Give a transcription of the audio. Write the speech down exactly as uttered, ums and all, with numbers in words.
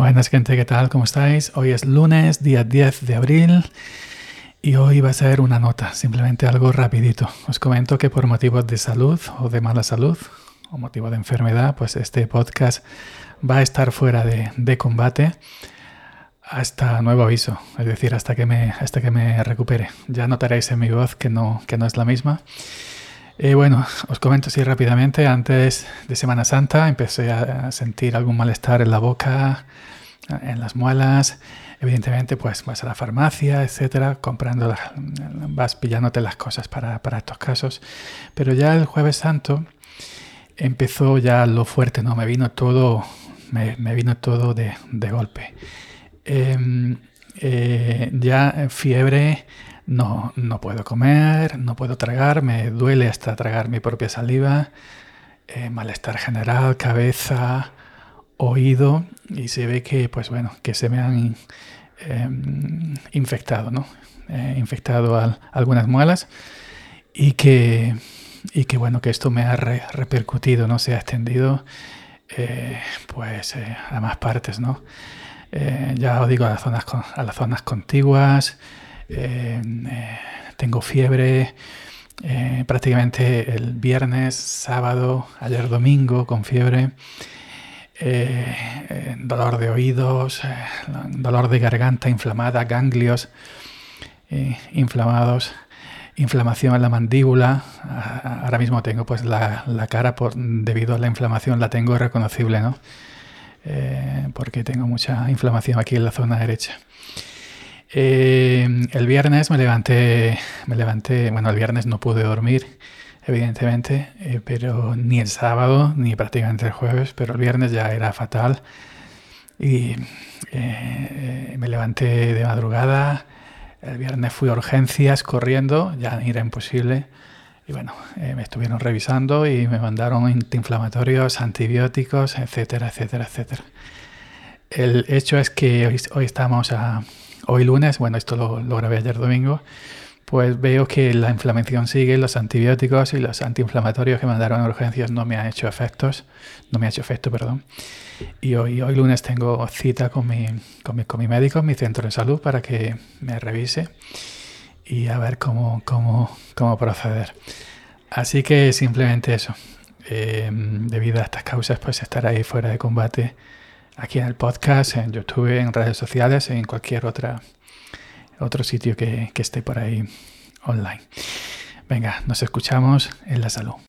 Buenas gente, ¿qué tal? ¿Cómo estáis? Hoy es lunes, día diez de abril y hoy va a ser una nota, simplemente algo rapidito. Os comento que por motivos de salud o de mala salud o motivo de enfermedad, pues este podcast va a estar fuera de, de combate hasta nuevo aviso, es decir, hasta que me, hasta que me recupere. Ya notaréis en mi voz que no, que no es la misma. Eh, bueno, os comento así rápidamente. Antes de Semana Santa empecé a sentir algún malestar en la boca, en las muelas. Evidentemente, pues vas a la farmacia, etcétera, comprando, las, vas pillándote las cosas para, para estos casos. Pero ya el Jueves Santo empezó ya lo fuerte, ¿no? Me vino todo, me, me vino todo de, de golpe. Eh, eh, ya fiebre. No, no puedo comer, no puedo tragar, me duele hasta tragar mi propia saliva, eh, malestar general, cabeza, oído, y se ve que, pues bueno, que se me han eh, infectado, ¿no? Eh, infectado al, algunas muelas y que, y que, bueno, que esto me ha re, repercutido, ¿no? Se ha extendido, eh, pues, eh, a más partes, ¿no? Eh, ya os digo, a las zonas, con, a las zonas contiguas. Eh, eh, tengo fiebre eh, prácticamente el viernes, sábado, ayer domingo con fiebre, eh, eh, dolor de oídos, eh, dolor de garganta inflamada, ganglios eh, inflamados, inflamación en la mandíbula. Ahora mismo tengo pues la, la cara por, debido a la inflamación la tengo irreconocible, ¿no? Eh, porque tengo mucha inflamación aquí en la zona derecha. Eh, el viernes me levanté, me levanté, bueno, el viernes no pude dormir, evidentemente, eh, pero ni el sábado, ni prácticamente el jueves, pero el viernes ya era fatal. Y eh, me levanté de madrugada, el viernes fui a urgencias corriendo, ya era imposible. Y bueno, eh, me estuvieron revisando y me mandaron antiinflamatorios, antibióticos, etcétera, etcétera, etcétera. El hecho es que hoy, hoy estamos a... Hoy lunes, bueno, esto lo, lo grabé ayer domingo, pues veo que la inflamación sigue, los antibióticos y los antiinflamatorios que mandaron a urgencias no me han hecho efectos, no me ha hecho efecto, perdón. Y hoy, hoy lunes tengo cita con mi, con mi, con mi médico en mi centro de salud para que me revise y a ver cómo, cómo, cómo proceder. Así que simplemente eso, eh, debido a estas causas, pues estar ahí fuera de combate aquí en el podcast, en YouTube, en redes sociales, en cualquier otra, otro sitio que, que esté por ahí online. Venga, nos escuchamos en la salud.